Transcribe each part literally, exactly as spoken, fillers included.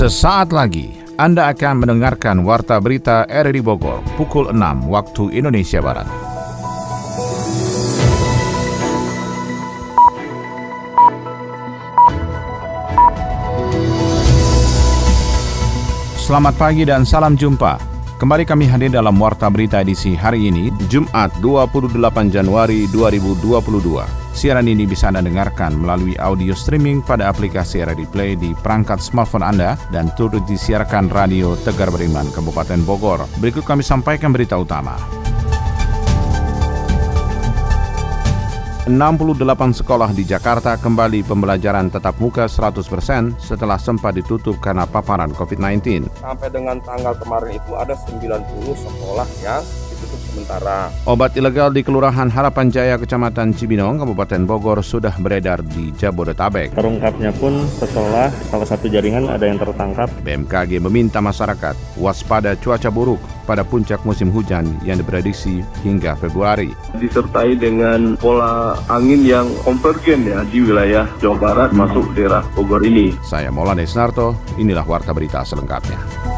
Sesaat lagi Anda akan mendengarkan Warta Berita R R I Bogor pukul enam waktu Indonesia Barat. Selamat pagi dan salam jumpa. Kembali kami hadir dalam Warta Berita edisi hari ini, Jumat dua puluh delapan Januari dua ribu dua puluh dua. Siaran ini bisa Anda dengarkan melalui audio streaming pada aplikasi R R I Play di perangkat smartphone Anda dan turut disiarkan Radio Tegar Beriman, Kabupaten Bogor. Berikut kami sampaikan berita utama. enam puluh delapan sekolah di Jakarta kembali pembelajaran tatap muka seratus persen setelah sempat ditutup karena paparan covid sembilan belas. Sampai dengan tanggal kemarin itu ada sembilan puluh sekolah yang ditutup sementara. Obat ilegal di Kelurahan Harapan Jaya, Kecamatan Cibinong, Kabupaten Bogor sudah beredar di Jabodetabek. Terungkapnya pun setelah salah satu jaringan ada yang tertangkap. B M K G meminta masyarakat waspada cuaca buruk pada puncak musim hujan yang diprediksi hingga Februari. Disertai dengan pola angin yang konvergen ya di wilayah Jawa Barat hmm. masuk daerah Bogor ini. Saya Maulana Isnarto, inilah Warta Berita selengkapnya.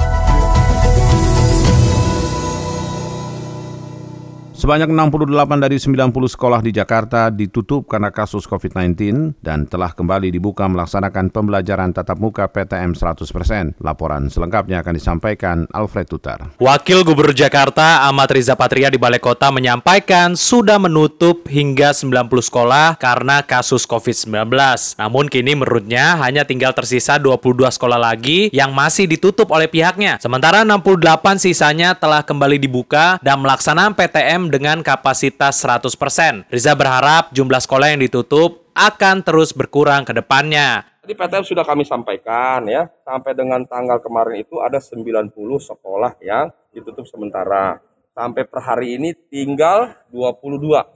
Sebanyak enam puluh delapan dari sembilan puluh sekolah di Jakarta ditutup karena kasus covid sembilan belas dan telah kembali dibuka melaksanakan pembelajaran tatap muka P T M seratus persen. Laporan selengkapnya akan disampaikan Alfred Tutar. Wakil Gubernur Jakarta Ahmad Riza Patria di Balai Kota menyampaikan sudah menutup hingga sembilan puluh sekolah karena kasus covid sembilan belas. Namun kini menurutnya hanya tinggal tersisa dua puluh dua sekolah lagi yang masih ditutup oleh pihaknya. Sementara enam puluh delapan sisanya telah kembali dibuka dan melaksanakan P T M dengan kapasitas seratus persen. Riza berharap jumlah sekolah yang ditutup akan terus berkurang ke depannya. Tadi P T M sudah kami sampaikan ya, sampai dengan tanggal kemarin itu ada sembilan puluh sekolah yang ditutup sementara. Sampai per hari ini tinggal dua puluh dua.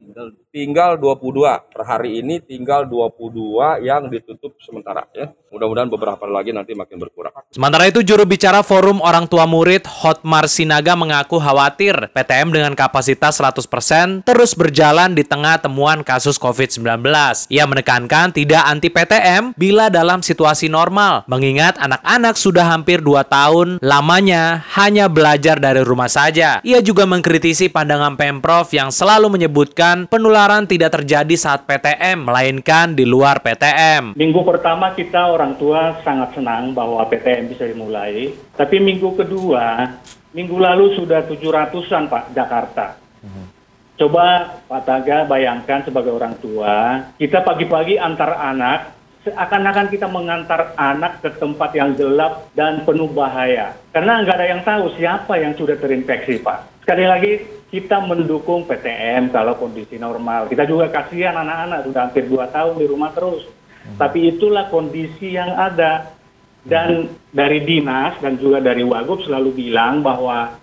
Tinggal dua puluh dua. Per hari ini tinggal dua puluh dua yang ditutup sementara ya. Mudah-mudahan beberapa lagi nanti makin berkurang. Sementara itu, juru bicara Forum Orang Tua Murid Hotmar Sinaga mengaku khawatir P T M dengan kapasitas seratus persen terus berjalan di tengah temuan kasus covid sembilan belas. Ia menekankan tidak anti P T M bila dalam situasi normal, mengingat anak-anak sudah hampir dua tahun lamanya hanya belajar dari rumah saja. Ia juga mengkritisi pandangan Pemprov yang selalu menyebutkan penularan tidak terjadi saat P T M, melainkan di luar P T M. Minggu pertama kita orang tua sangat senang bahwa P T M bisa dimulai. Tapi minggu kedua, minggu lalu sudah tujuh ratusan Pak Jakarta. Hmm. Coba Pak Taga bayangkan sebagai orang tua, kita pagi-pagi antar anak, seakan-akan kita mengantar anak ke tempat yang gelap dan penuh bahaya. Karena nggak ada yang tahu siapa yang sudah terinfeksi Pak. Sekali lagi, kita mendukung P T M kalau kondisi normal. Kita juga kasihan anak-anak sudah hampir dua tahun di rumah terus. Hmm. Tapi itulah kondisi yang ada. Dan hmm. dari dinas dan juga dari Wagub selalu bilang bahwa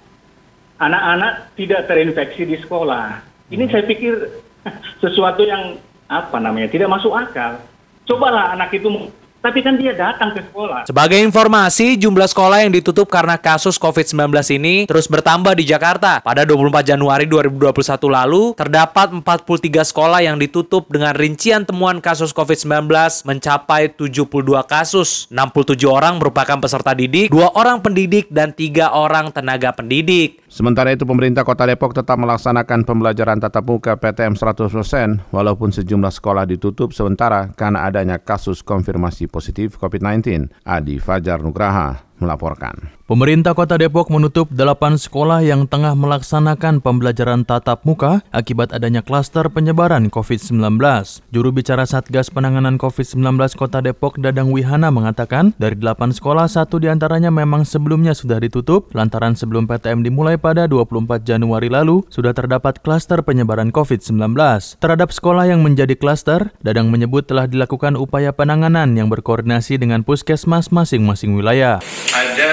anak-anak tidak terinfeksi di sekolah. Ini hmm. saya pikir sesuatu yang apa namanya tidak masuk akal. Cobalah anak itu, tapi kan dia datang ke sekolah. Sebagai informasi, jumlah sekolah yang ditutup karena kasus covid sembilan belas ini terus bertambah di Jakarta. Pada dua puluh empat Januari dua ribu dua puluh satu lalu, terdapat empat puluh tiga sekolah yang ditutup dengan rincian temuan kasus covid sembilan belas mencapai tujuh puluh dua kasus. enam puluh tujuh orang merupakan peserta didik, dua orang pendidik, dan tiga orang tenaga pendidik. Sementara itu, pemerintah Kota Depok tetap melaksanakan pembelajaran tatap muka P T M seratus persen, walaupun sejumlah sekolah ditutup sementara karena adanya kasus konfirmasi positif covid sembilan belas. Adi Fajar Nugraha melaporkan. Pemerintah Kota Depok menutup delapan sekolah yang tengah melaksanakan pembelajaran tatap muka akibat adanya klaster penyebaran covid sembilan belas. Juru bicara Satgas Penanganan covid sembilan belas Kota Depok, Dadang Wihana, mengatakan dari delapan sekolah, satu diantaranya memang sebelumnya sudah ditutup lantaran sebelum P T M dimulai pada dua puluh empat Januari lalu sudah terdapat klaster penyebaran covid sembilan belas. Terhadap sekolah yang menjadi klaster, Dadang menyebut telah dilakukan upaya penanganan yang berkoordinasi dengan puskesmas masing-masing wilayah. Ada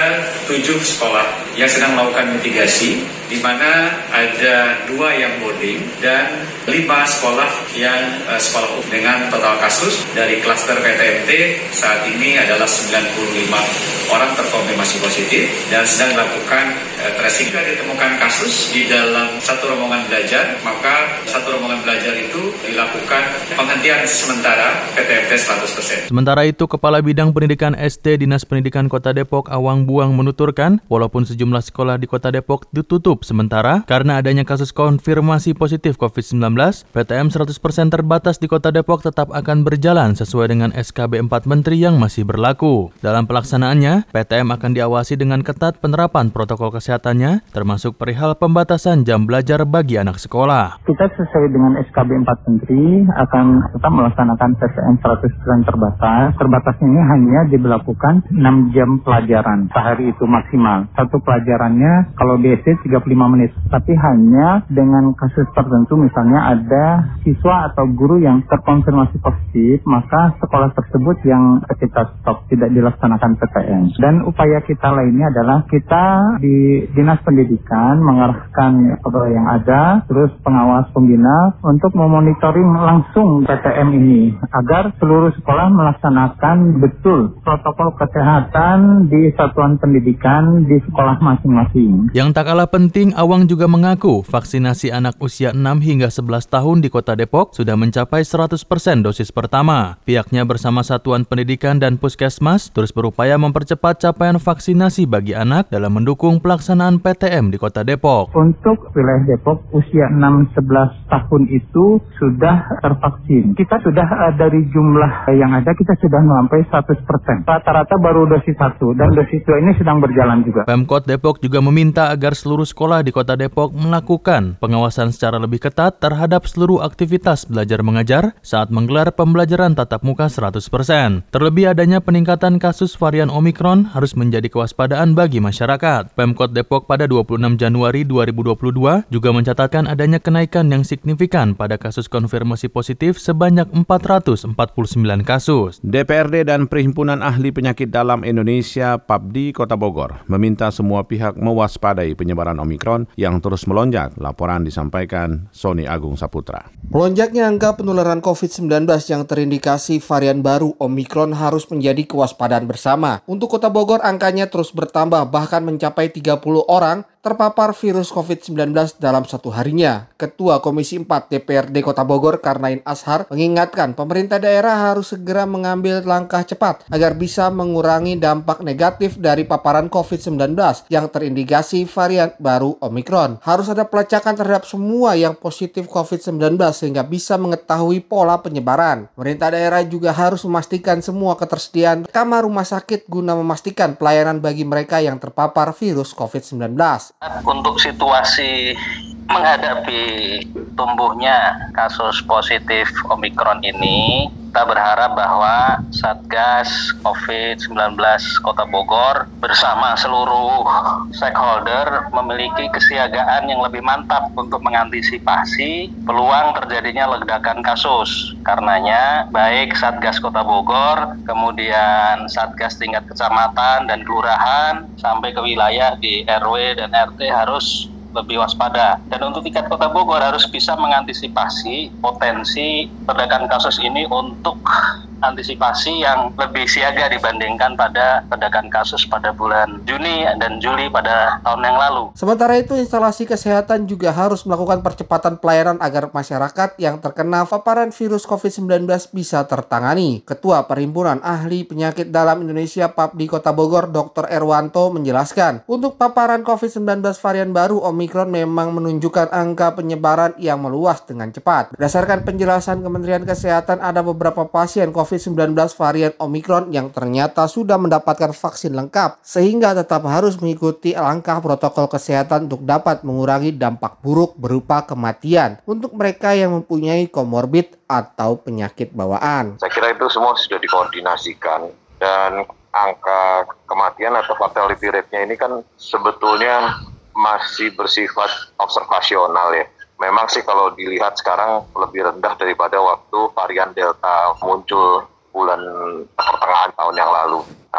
tujuh sekolah yang sedang melakukan mitigasi, di mana ada dua yang boarding dan lima sekolah yang uh, sekolah umum. Dengan total kasus dari klaster P T M T saat ini adalah sembilan puluh lima orang terkonfirmasi positif dan sedang dilakukan uh, tracing. Jika ditemukan kasus di dalam satu rombongan belajar, maka satu rombongan belajar itu dilakukan penghentian sementara P T M T seratus persen. Sementara itu, Kepala Bidang Pendidikan S D Dinas Pendidikan Kota Depok Awang Buang menuturkan, walaupun sejumlah sekolah di Kota Depok ditutup sementara karena adanya kasus konfirmasi positif covid sembilan belas, P T M seratus persen terbatas di Kota Depok tetap akan berjalan sesuai dengan S K B empat Menteri yang masih berlaku. Dalam pelaksanaannya, P T M akan diawasi dengan ketat penerapan protokol kesehatannya, termasuk perihal pembatasan jam belajar bagi anak sekolah. Kita sesuai dengan S K B empat Menteri akan tetap melaksanakan P T M seratus persen terbatas. Terbatasnya ini hanya diberlakukan enam jam pelajaran sehari itu maksimal. Satu pelajarannya kalau D S C tiga puluh lima menit. Tapi hanya dengan kasus tertentu, misalnya ada siswa atau guru yang terkonfirmasi positif, maka sekolah tersebut yang kita stop, tidak dilaksanakan P T M. Dan upaya kita lainnya adalah kita di Dinas Pendidikan mengarahkan kepada yang ada, terus pengawas pembina untuk memonitoring langsung P T M ini agar seluruh sekolah melaksanakan betul protokol kesehatan di satuan pendidikan di sekolah masing-masing. Yang tak kalah penting, Awang juga mengaku vaksinasi anak usia enam hingga sebelas tahun di Kota Depok sudah mencapai seratus persen dosis pertama. Pihaknya bersama Satuan Pendidikan dan Puskesmas terus berupaya mempercepat capaian vaksinasi bagi anak dalam mendukung pelaksanaan P T M di Kota Depok. Untuk wilayah Depok usia enam sampai sebelas tahun itu sudah tervaksin. Kita sudah uh, dari jumlah yang ada kita sudah melampaui seratus persen. Rata-rata baru dosis satu dan dosis dua ini sedang berjalan juga. Pemkot Depok juga meminta agar seluruh sekolah di Kota Depok melakukan pengawasan secara lebih ketat terhadap seluruh aktivitas belajar mengajar saat menggelar pembelajaran tatap muka seratus persen. Terlebih adanya peningkatan kasus varian Omikron harus menjadi kewaspadaan bagi masyarakat. Pemkot Depok pada dua puluh enam Januari dua ribu dua puluh dua juga mencatatkan adanya kenaikan yang signifikan pada kasus konfirmasi positif sebanyak empat ratus empat puluh sembilan kasus. D P R D dan Perhimpunan Ahli Penyakit Dalam Indonesia P A P D I Kota Bogor meminta semua pihak mewaspadai penyebaran Omikron yang terus melonjak. Laporan disampaikan Sony Agung Saputra. Melonjaknya angka penularan covid sembilan belas yang terindikasi varian baru Omikron harus menjadi kewaspadaan bersama. Untuk Kota Bogor, angkanya terus bertambah bahkan mencapai tiga puluh orang terpapar virus covid sembilan belas dalam satu harinya. Ketua Komisi empat D P R D Kota Bogor, Karnain Ashar, mengingatkan pemerintah daerah harus segera mengambil langkah cepat agar bisa mengurangi dampak negatif dari paparan covid sembilan belas yang terindikasi varian baru Omikron. Harus ada pelacakan terhadap semua yang positif covid sembilan belas sehingga bisa mengetahui pola penyebaran. Pemerintah daerah juga harus memastikan semua ketersediaan kamar rumah sakit guna memastikan pelayanan bagi mereka yang terpapar virus covid sembilan belas. Untuk situasi menghadapi tumbuhnya kasus positif Omikron ini, kita berharap bahwa Satgas covid sembilan belas Kota Bogor bersama seluruh stakeholder memiliki kesiagaan yang lebih mantap untuk mengantisipasi peluang terjadinya ledakan kasus. Karenanya, baik Satgas Kota Bogor, kemudian Satgas tingkat kecamatan dan kelurahan, sampai ke wilayah di R W dan R T harus lebih waspada. Dan untuk tingkat Kota Bogor harus bisa mengantisipasi potensi ledakan kasus ini untuk antisipasi yang lebih siaga dibandingkan pada ledakan kasus pada bulan Juni dan Juli pada tahun yang lalu. Sementara itu, instalasi kesehatan juga harus melakukan percepatan pelayanan agar masyarakat yang terkena paparan virus covid sembilan belas bisa tertangani. Ketua Perhimpunan Ahli Penyakit Dalam Indonesia P A P D I Kota Bogor, Doktor Erwanto, menjelaskan, untuk paparan covid sembilan belas varian baru Omikron memang menunjukkan angka penyebaran yang meluas dengan cepat. Berdasarkan penjelasan Kementerian Kesehatan, ada beberapa pasien covid sembilan belas varian Omikron yang ternyata sudah mendapatkan vaksin lengkap, sehingga tetap harus mengikuti langkah protokol kesehatan untuk dapat mengurangi dampak buruk berupa kematian untuk mereka yang mempunyai komorbid atau penyakit bawaan. Saya kira itu semua sudah dikoordinasikan, dan angka kematian atau fatality rate-nya ini kan sebetulnya masih bersifat observasional ya. Memang sih kalau dilihat sekarang lebih rendah daripada waktu varian Delta muncul bulan pertengahan tahun yang lalu.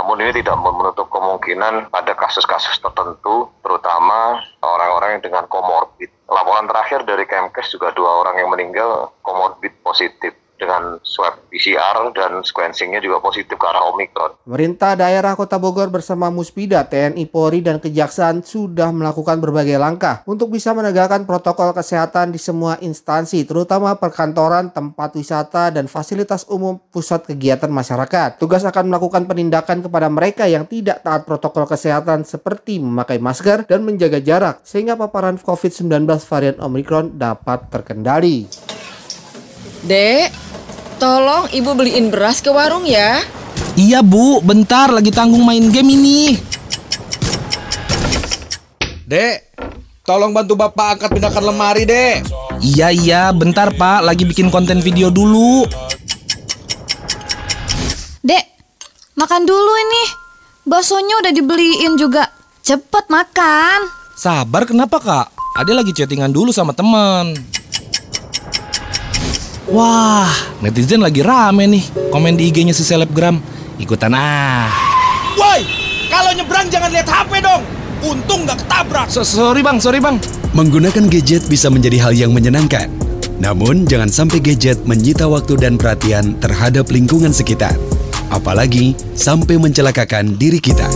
Namun ini tidak menutup kemungkinan pada kasus-kasus tertentu, terutama orang-orang yang dengan komorbid. Laporan terakhir dari Kemkes juga dua orang yang meninggal komorbid positif dengan swab P C R dan sequencingnya juga positif ke arah Omikron. Pemerintah daerah Kota Bogor bersama Muspida, T N I, Polri, dan Kejaksaan sudah melakukan berbagai langkah untuk bisa menegakkan protokol kesehatan di semua instansi, terutama perkantoran, tempat wisata, dan fasilitas umum pusat kegiatan masyarakat. Tugas akan melakukan penindakan kepada mereka yang tidak taat protokol kesehatan seperti memakai masker dan menjaga jarak, sehingga paparan covid sembilan belas varian Omikron dapat terkendali. Dek, tolong ibu beliin beras ke warung ya. Iya bu, bentar lagi tanggung main game ini. Dek, tolong bantu bapak angkat pindahkan lemari, Dek. Iya iya, bentar pak, lagi bikin konten video dulu. Dek, makan dulu ini. Baksonya udah dibeliin juga. Cepet makan. Sabar kenapa kak? Ade lagi chattingan dulu sama teman. Wah, netizen lagi rame nih komen di I G-nya si selebgram. Ikutan ah. Woi, kalau nyebrang jangan lihat H P dong. Untung gak ketabrak. So, sorry bang, sorry bang. Menggunakan gadget bisa menjadi hal yang menyenangkan. Namun jangan sampai gadget menyita waktu dan perhatian terhadap lingkungan sekitar. Apalagi sampai mencelakakan diri kita.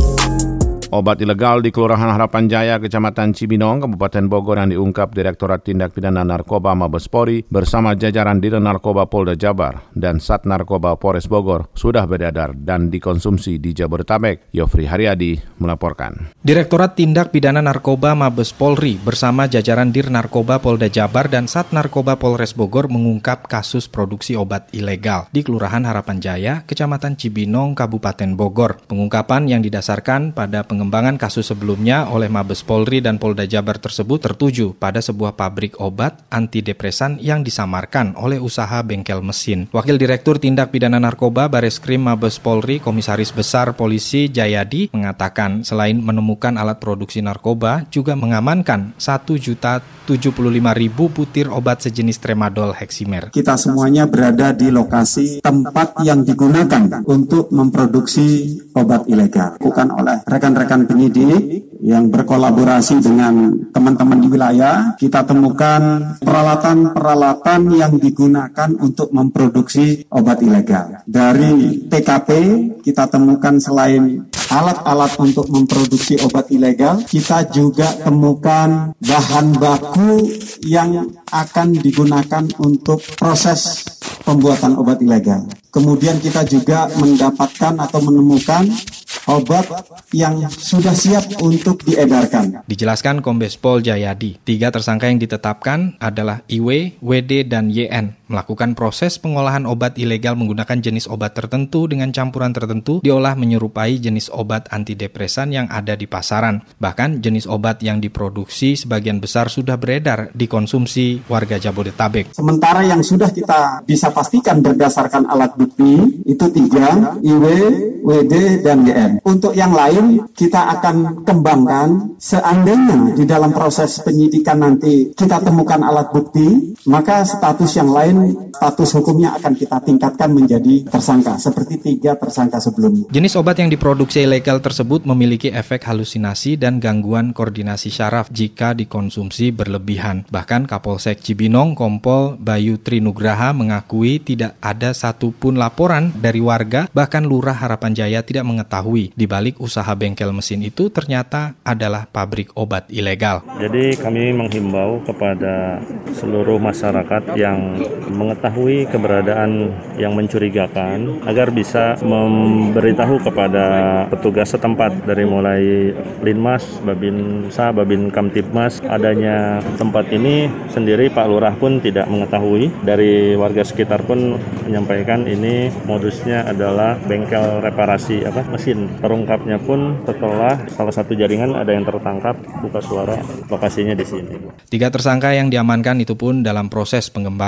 Obat ilegal di Kelurahan Harapan Jaya, Kecamatan Cibinong, Kabupaten Bogor yang diungkap Direktorat Tindak Pidana Narkoba Mabes Polri bersama jajaran Dir Narkoba Polda Jabar dan Sat Narkoba Polres Bogor sudah beredar dan dikonsumsi di Jabodetabek. Yofri Haryadi melaporkan. Direktorat Tindak Pidana Narkoba Mabes Polri bersama jajaran Dir Narkoba Polda Jabar dan Sat Narkoba Polres Bogor mengungkap kasus produksi obat ilegal di Kelurahan Harapan Jaya, Kecamatan Cibinong, Kabupaten Bogor. Pengungkapan yang didasarkan pada pengembangan Pengembangan kasus sebelumnya oleh Mabes Polri dan Polda Jabar tersebut tertuju pada sebuah pabrik obat antidepresan yang disamarkan oleh usaha bengkel mesin. Wakil Direktur Tindak Pidana Narkoba Bareskrim Mabes Polri, Komisaris Besar Polisi Jayadi mengatakan selain menemukan alat produksi narkoba, juga mengamankan satu juta tujuh puluh lima ribu butir obat sejenis tramadol heksimer. Kita semuanya berada di lokasi tempat yang digunakan untuk memproduksi obat ilegal. Bukan oleh rekan-rekan penyidik yang berkolaborasi dengan teman-teman di wilayah, kita temukan peralatan-peralatan yang digunakan untuk memproduksi obat ilegal. Dari T K P kita temukan selain alat-alat untuk memproduksi obat ilegal, kita juga temukan bahan baku yang akan digunakan untuk proses pembuatan obat ilegal. Kemudian kita juga mendapatkan atau menemukan obat yang sudah siap untuk diedarkan. Dijelaskan Kombes Pol Jayadi, tiga tersangka yang ditetapkan adalah I W, W D, dan Y N. Melakukan proses pengolahan obat ilegal menggunakan jenis obat tertentu dengan campuran tertentu diolah menyerupai jenis obat antidepresan yang ada di pasaran. Bahkan jenis obat yang diproduksi sebagian besar sudah beredar dikonsumsi warga Jabodetabek. Sementara yang sudah kita bisa pastikan berdasarkan alat bukti itu tiga, I W, W D, dan Y N. Untuk yang lain kita akan kembangkan seandainya di dalam proses penyidikan nanti kita temukan alat bukti, maka status yang lain, status hukumnya akan kita tingkatkan menjadi tersangka seperti tiga tersangka sebelumnya. Jenis obat yang diproduksi ilegal tersebut memiliki efek halusinasi dan gangguan koordinasi syaraf jika dikonsumsi berlebihan. Bahkan Kapolsek Cibinong Kompol Bayu Trinugraha mengakui tidak ada satupun laporan dari warga, bahkan Lurah Harapan Jaya tidak mengetahui di balik usaha bengkel mesin itu ternyata adalah pabrik obat ilegal. Jadi kami menghimbau kepada seluruh masyarakat yang mengetahui keberadaan yang mencurigakan agar bisa memberitahu kepada petugas setempat dari mulai Linmas, Babinsa, Babin Kamtibmas. Adanya tempat ini sendiri Pak Lurah pun tidak mengetahui. Dari warga sekitar pun menyampaikan ini modusnya adalah bengkel reparasi apa mesin. Terungkapnya pun setelah salah satu jaringan ada yang tertangkap, buka suara, lokasinya di sini. Tiga tersangka yang diamankan itu pun dalam proses pengembangan jajaran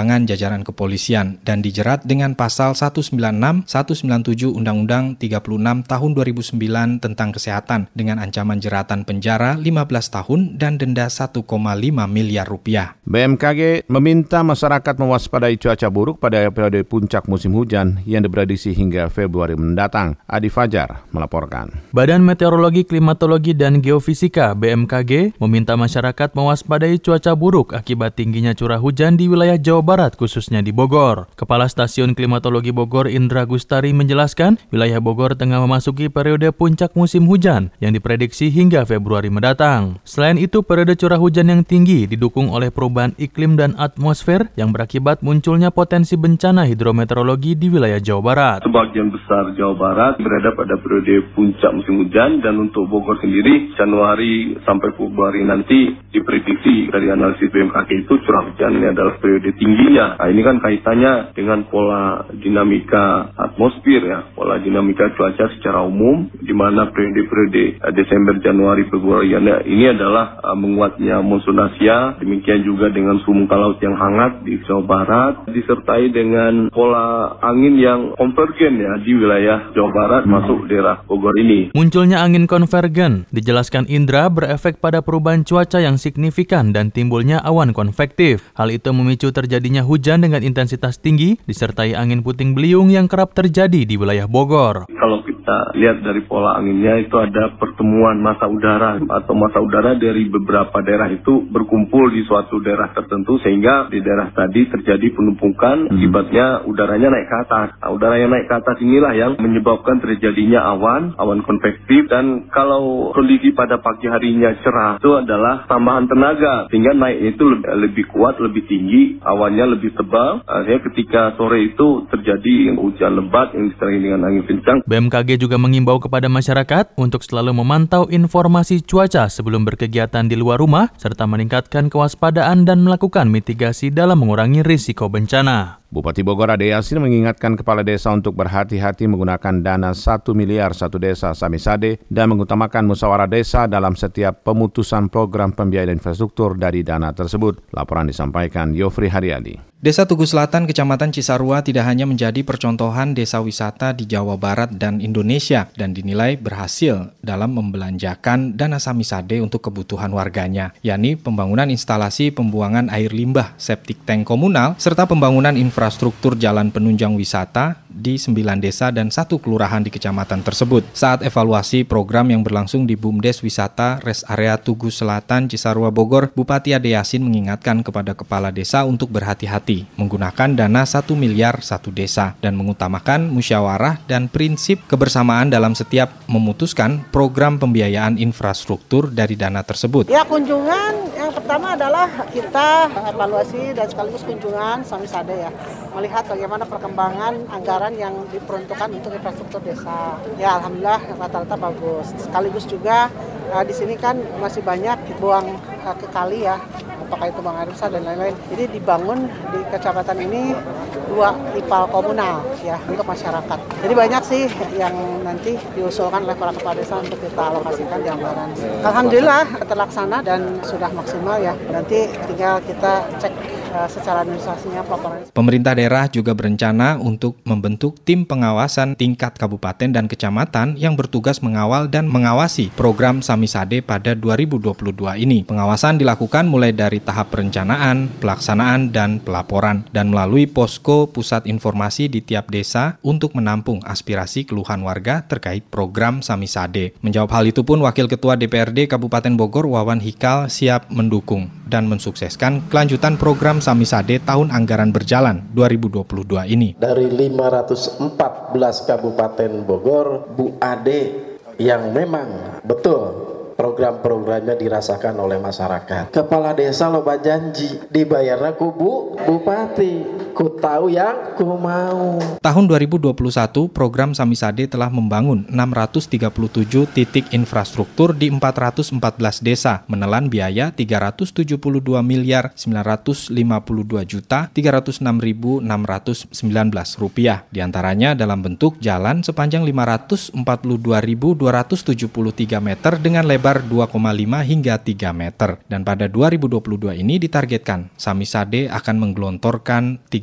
jajaran kepolisian dan dijerat dengan pasal seratus sembilan puluh enam, seratus sembilan puluh tujuh Undang-Undang tiga puluh enam tahun dua ribu sembilan tentang kesehatan dengan ancaman jeratan penjara lima belas tahun dan denda satu koma lima miliar rupiah. B M K G meminta masyarakat mewaspadai cuaca buruk pada periode puncak musim hujan yang diprediksi hingga Februari mendatang. Adi Fajar melaporkan. Badan Meteorologi, Klimatologi, dan Geofisika B M K G meminta masyarakat mewaspadai cuaca buruk akibat tingginya curah hujan di wilayah Jawa Barat, khususnya di Bogor. Kepala Stasiun Klimatologi Bogor Indra Gustari menjelaskan, wilayah Bogor tengah memasuki periode puncak musim hujan yang diprediksi hingga Februari mendatang. Selain itu, periode curah hujan yang tinggi didukung oleh perubahan iklim dan atmosfer yang berakibat munculnya potensi bencana hidrometeorologi di wilayah Jawa Barat. Sebagian besar Jawa Barat berada pada periode puncak musim hujan, dan untuk Bogor sendiri Januari sampai Februari nanti diprediksi dari analisis B M K G itu curah hujan ini adalah periode tingginya. Nah, ini kan kaitannya dengan pola dinamika atmosfer ya, pola dinamika cuaca secara umum, di mana periode-periode Desember, Januari, Februari ini adalah uh, menguatnya monsun Asia, demikian juga dengan suhu muka laut yang hangat di Jawa Barat, disertai dengan pola angin yang konvergen ya di wilayah Jawa Barat masuk daerah Bogor ini. Munculnya angin konvergen, dijelaskan Indra, berefek pada perubahan cuaca yang signifikan dan timbulnya awan konvektif. Hal itu memicu terjadinya hujan dengan intensitas tinggi, disertai angin puting beliung yang kerap terjadi di wilayah Bogor. Kalau kita lihat dari pola anginnya, itu ada pertemuan massa udara atau massa udara dari beberapa daerah itu berkumpul di suatu daerah tertentu, sehingga di daerah tadi terjadi penumpukan, akibatnya udaranya naik ke atas. Nah, udara yang naik ke atas inilah yang menyebabkan terjadinya awan, awan konvektif, dan kalau kondisi pada pagi harinya cerah, itu adalah tambahan tenaga, sehingga naiknya itu lebih, lebih kuat, lebih tinggi, awannya lebih tebal. Akhirnya ketika sore itu terjadi hujan lebat yang disertai dengan angin kencang. B M K G juga mengimbau kepada masyarakat untuk selalu memantau informasi cuaca sebelum berkegiatan di luar rumah, serta meningkatkan kewaspadaan dan melakukan mitigasi dalam mengurangi risiko bencana. Bupati Bogor Ade Yasin mengingatkan kepala desa untuk berhati-hati menggunakan dana satu miliar satu desa Samisade dan mengutamakan musyawarah desa dalam setiap pemutusan program pembiayaan infrastruktur dari dana tersebut. Laporan disampaikan Yofri Haryadi. Desa Tugu Selatan, Kecamatan Cisarua tidak hanya menjadi percontohan desa wisata di Jawa Barat dan Indonesia dan dinilai berhasil dalam membelanjakan dana Samisade untuk kebutuhan warganya, yakni pembangunan instalasi pembuangan air limbah, septic tank komunal, serta pembangunan infrastruktur jalan penunjang wisata di sembilan desa dan satu kelurahan di kecamatan tersebut. Saat evaluasi program yang berlangsung di Bumdes Wisata Res Area Tugu Selatan, Cisarua, Bogor, Bupati Ade Yasin mengingatkan kepada kepala desa untuk berhati-hati menggunakan dana satu miliar satu desa dan mengutamakan musyawarah dan prinsip kebersamaan dalam setiap memutuskan program pembiayaan infrastruktur dari dana tersebut. Ya, kunjungan yang pertama adalah kita evaluasi dan sekaligus kunjungan Samisade ya, melihat bagaimana perkembangan anggaran yang diperuntukkan untuk infrastruktur desa. Ya, alhamdulillah rata-rata bagus. Sekaligus juga uh, di sini kan masih banyak buang uh, ke kali ya, apakah itu buang air besar dan lain-lain. Jadi dibangun di kecamatan ini dua ipal komunal ya untuk masyarakat. Jadi banyak sih yang nanti diusulkan oleh para kepala desa untuk kita alokasikan di anggaran. Alhamdulillah terlaksana dan sudah maksimal ya. Nanti tinggal kita cek uh, secara administrasinya paparan. Pemerintah daerah juga berencana untuk membentuk tim pengawasan tingkat kabupaten dan kecamatan yang bertugas mengawal dan mengawasi program Samisade pada dua ribu dua puluh dua ini. Pengawasan dilakukan mulai dari tahap perencanaan, pelaksanaan, dan pelaporan, dan melalui posko pusat informasi di tiap desa untuk menampung aspirasi keluhan warga terkait program Samisade. Menjawab hal itu pun Wakil Ketua D P R D Kabupaten Bogor Wawan Hikal siap mendukung dan mensukseskan kelanjutan program Samisade tahun anggaran berjalan dua ribu dua puluh dua ini. Dari lima ratus empat belas Kabupaten Bogor, Bu Ade yang memang betul program-programnya dirasakan oleh masyarakat. Kepala desa loba janji, dibayarnya ku Bu Bupati, ku tahu yang ku mau. Tahun dua ribu dua puluh satu, program Samisade telah membangun enam ratus tiga puluh tujuh titik infrastruktur di empat ratus empat belas desa, menelan biaya tiga ratus tujuh puluh dua miliar sembilan ratus lima puluh dua juta tiga ratus enam ribu enam ratus sembilan belas rupiah. Di antaranya dalam bentuk jalan sepanjang lima ratus empat puluh dua ribu dua ratus tujuh puluh tiga meter dengan lebar dua koma lima hingga tiga meter. Dan pada dua ribu dua puluh dua ini ditargetkan Samisade akan menggelontorkan tiga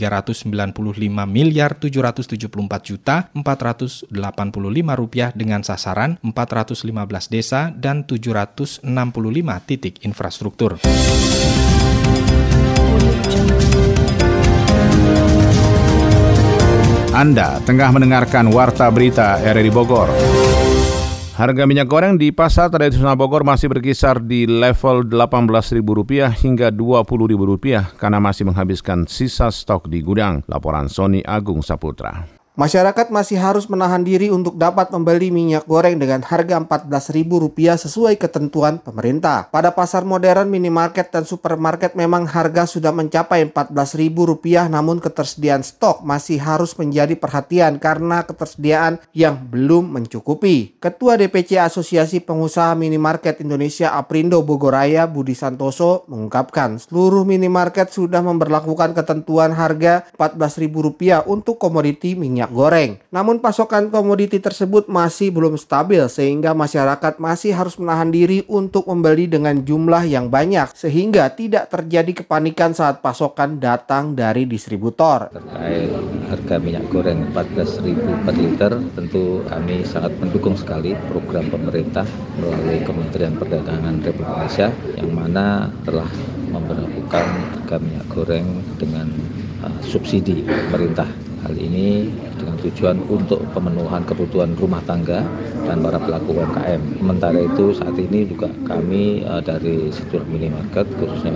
tiga ratus sembilan puluh lima miliar tujuh ratus tujuh puluh empat juta empat ratus delapan puluh lima rupiah dengan sasaran empat ratus lima belas desa dan tujuh ratus enam puluh lima titik infrastruktur. Anda tengah mendengarkan Warta Berita R R I Bogor. Harga minyak goreng di pasar tradisional Bogor masih berkisar di level delapan belas ribu rupiah hingga dua puluh ribu rupiah karena masih menghabiskan sisa stok di gudang. Laporan Sony Agung Saputra. Masyarakat masih harus menahan diri untuk dapat membeli minyak goreng dengan harga empat belas ribu rupiah sesuai ketentuan pemerintah. Pada pasar modern, minimarket, dan supermarket memang harga sudah mencapai empat belas ribu rupiah, namun ketersediaan stok masih harus menjadi perhatian karena ketersediaan yang belum mencukupi. Ketua D P C Asosiasi Pengusaha Minimarket Indonesia Aprindo Bogoraya, Budi Santoso, mengungkapkan seluruh minimarket sudah memberlakukan ketentuan harga empat belas ribu rupiah untuk komoditi minyak goreng. Namun pasokan komoditi tersebut masih belum stabil sehingga masyarakat masih harus menahan diri untuk membeli dengan jumlah yang banyak sehingga tidak terjadi kepanikan saat pasokan datang dari distributor. Terkait harga minyak goreng empat belas ribu per liter, tentu kami sangat mendukung sekali program pemerintah melalui Kementerian Perdagangan Republik Indonesia yang mana telah memberlakukan harga minyak goreng dengan uh, subsidi pemerintah. Hal ini dengan tujuan untuk pemenuhan kebutuhan rumah tangga dan para pelaku U M K M. Sementara itu saat ini juga kami uh, dari sejumlah minimarket khususnya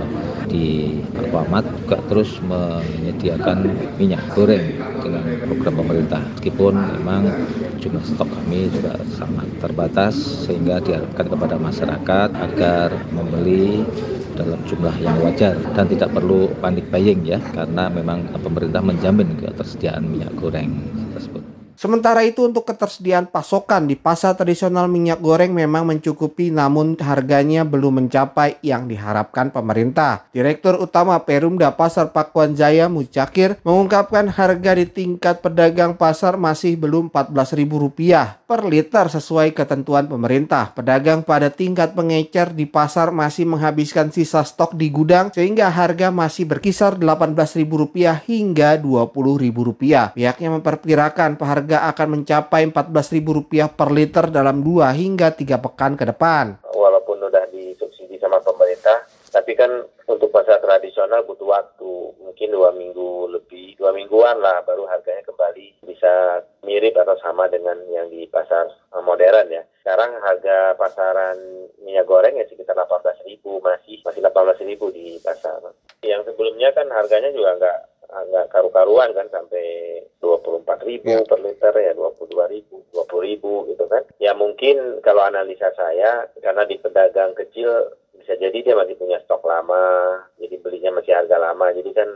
di Alfamart juga terus menyediakan minyak goreng dengan program pemerintah. Meskipun memang jumlah stok kami juga sangat terbatas sehingga diharapkan kepada masyarakat agar membeli dalam jumlah yang wajar dan tidak perlu panik buying ya, karena memang pemerintah menjamin ketersediaan minyak goreng tersebut. Sementara itu untuk ketersediaan pasokan di pasar tradisional minyak goreng memang mencukupi namun harganya belum mencapai yang diharapkan pemerintah. Direktur Utama Perumda Pasar Pakuan Jaya Mucakir mengungkapkan harga di tingkat pedagang pasar masih belum empat belas ribu rupiah per liter sesuai ketentuan pemerintah. Pedagang pada tingkat pengecer di pasar masih menghabiskan sisa stok di gudang sehingga harga masih berkisar delapan belas ribu rupiah hingga dua puluh ribu rupiah. Pihaknya memperkirakan harga Harga akan mencapai empat belas ribu rupiah per liter dalam dua hingga tiga pekan ke depan. Walaupun sudah disubsidi sama pemerintah, tapi kan untuk pasar tradisional butuh waktu, mungkin dua minggu lebih, dua mingguan lah baru harganya kembali bisa mirip atau sama dengan yang di pasar modern ya. Sekarang harga pasaran minyak goreng ya sekitar delapan belas ribu, masih masih delapan belas ribu di pasar. Yang sebelumnya kan harganya juga nggak nggak karu-karuan kan, sampai dua puluh empat ribu ya per liter ya, dua puluh dua ribu, dua puluh ribu gitu kan. Ya mungkin kalau analisa saya karena di pedagang kecil bisa jadi dia masih punya stok lama, jadi belinya masih harga lama, jadi kan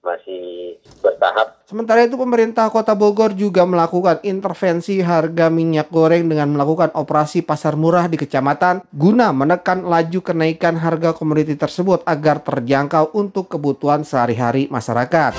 masih bertahap. Sementara itu pemerintah Kota Bogor juga melakukan intervensi harga minyak goreng dengan melakukan operasi pasar murah di kecamatan guna menekan laju kenaikan harga komoditi tersebut agar terjangkau untuk kebutuhan sehari-hari masyarakat.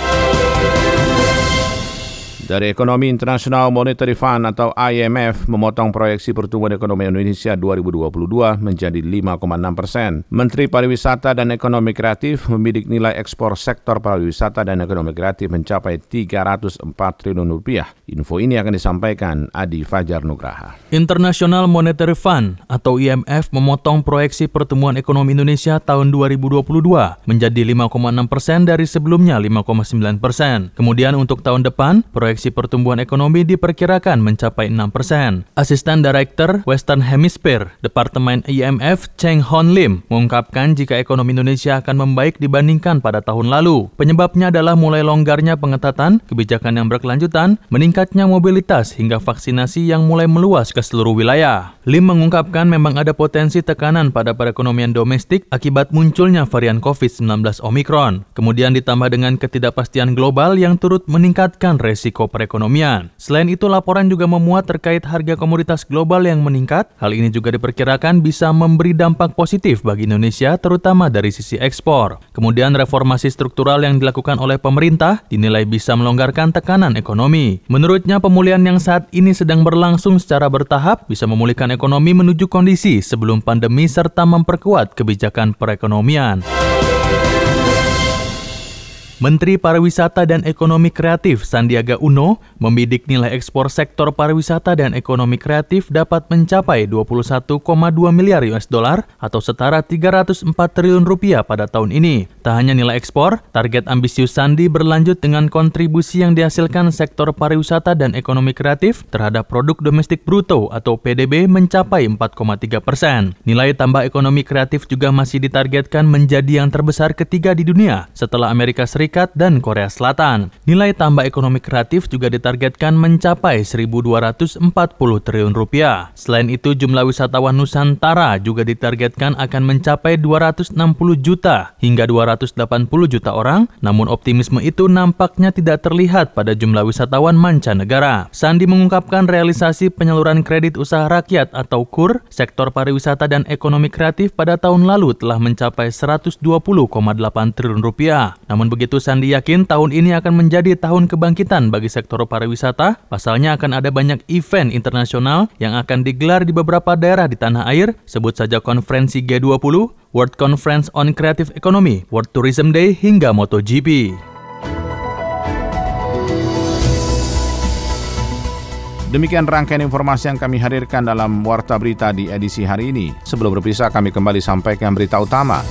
Dari Ekonomi International Monetary Fund atau I M F memotong proyeksi pertumbuhan ekonomi Indonesia dua ribu dua puluh dua menjadi lima koma enam persen. Menteri Pariwisata dan Ekonomi Kreatif membidik nilai ekspor sektor pariwisata dan ekonomi kreatif mencapai tiga ratus empat triliun rupiah. Info ini akan disampaikan Adi Fajar Nugraha. International Monetary Fund atau I M F memotong proyeksi pertumbuhan ekonomi Indonesia tahun dua ribu dua puluh dua menjadi lima koma enam persen dari sebelumnya lima koma sembilan persen. Kemudian untuk tahun depan, proyeksi pertumbuhan ekonomi diperkirakan mencapai enam persen. Asisten Director Western Hemisphere Departemen I M F Cheng Hon Lim mengungkapkan jika ekonomi Indonesia akan membaik dibandingkan pada tahun lalu. Penyebabnya adalah mulai longgarnya pengetatan, kebijakan yang berkelanjutan, meningkatnya mobilitas hingga vaksinasi yang mulai meluas ke seluruh wilayah. Lim mengungkapkan memang ada potensi tekanan pada perekonomian domestik akibat munculnya varian covid sembilan belas Omicron. Kemudian ditambah dengan ketidakpastian global yang turut meningkatkan resiko perekonomian. Selain itu, laporan juga memuat terkait harga komoditas global yang meningkat. Hal ini juga diperkirakan bisa memberi dampak positif bagi Indonesia, terutama dari sisi ekspor. Kemudian, reformasi struktural yang dilakukan oleh pemerintah dinilai bisa melonggarkan tekanan ekonomi. Menurutnya, pemulihan yang saat ini sedang berlangsung secara bertahap bisa memulihkan ekonomi menuju kondisi sebelum pandemi serta memperkuat kebijakan perekonomian. Menteri Pariwisata dan Ekonomi Kreatif Sandiaga Uno membidik nilai ekspor sektor pariwisata dan ekonomi kreatif dapat mencapai dua puluh satu koma dua miliar U S dollar atau setara tiga ratus empat triliun rupiah pada tahun ini. Tak hanya nilai ekspor, target ambisius Sandi berlanjut dengan kontribusi yang dihasilkan sektor pariwisata dan ekonomi kreatif terhadap produk domestik bruto atau P D B mencapai empat koma tiga persen. Nilai tambah ekonomi kreatif juga masih ditargetkan menjadi yang terbesar ketiga di dunia setelah Amerika Serikat dan Korea Selatan. Nilai tambah ekonomi kreatif juga ditargetkan mencapai seribu dua ratus empat puluh triliun rupiah. Selain itu, jumlah wisatawan Nusantara juga ditargetkan akan mencapai dua ratus enam puluh juta hingga dua ratus delapan puluh juta orang, namun optimisme itu nampaknya tidak terlihat pada jumlah wisatawan mancanegara. Sandi mengungkapkan realisasi penyaluran kredit usaha rakyat atau K U R sektor pariwisata dan ekonomi kreatif pada tahun lalu telah mencapai seratus dua puluh koma delapan triliun rupiah. Namun begitu, Sandi yakin tahun ini akan menjadi tahun kebangkitan bagi sektor pariwisata. Pasalnya akan ada banyak event internasional yang akan digelar di beberapa daerah di tanah air, sebut saja konferensi G dua puluh, World Conference on Creative Economy, World Tourism Day, hingga MotoGP. Demikian rangkaian informasi yang kami hadirkan dalam Warta Berita di edisi hari ini. Sebelum berpisah, kami kembali sampaikan berita utama.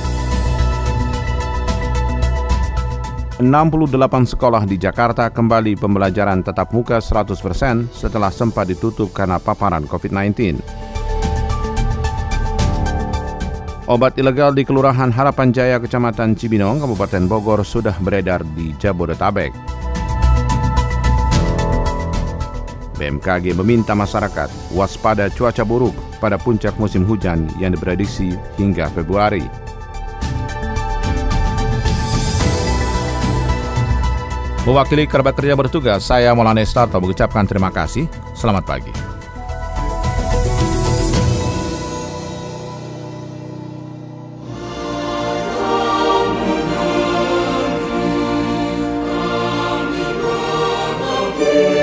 enam puluh delapan sekolah di Jakarta kembali pembelajaran tatap muka seratus persen setelah sempat ditutup karena paparan covid sembilan belas. Obat ilegal di Kelurahan Harapan Jaya, Kecamatan Cibinong, Kabupaten Bogor sudah beredar di Jabodetabek. B M K G meminta masyarakat waspada cuaca buruk pada puncak musim hujan yang diprediksi hingga Februari. Mewakili kerabat kerja bertugas, saya Maulana Estarto mengucapkan terima kasih. Selamat pagi. Yeah.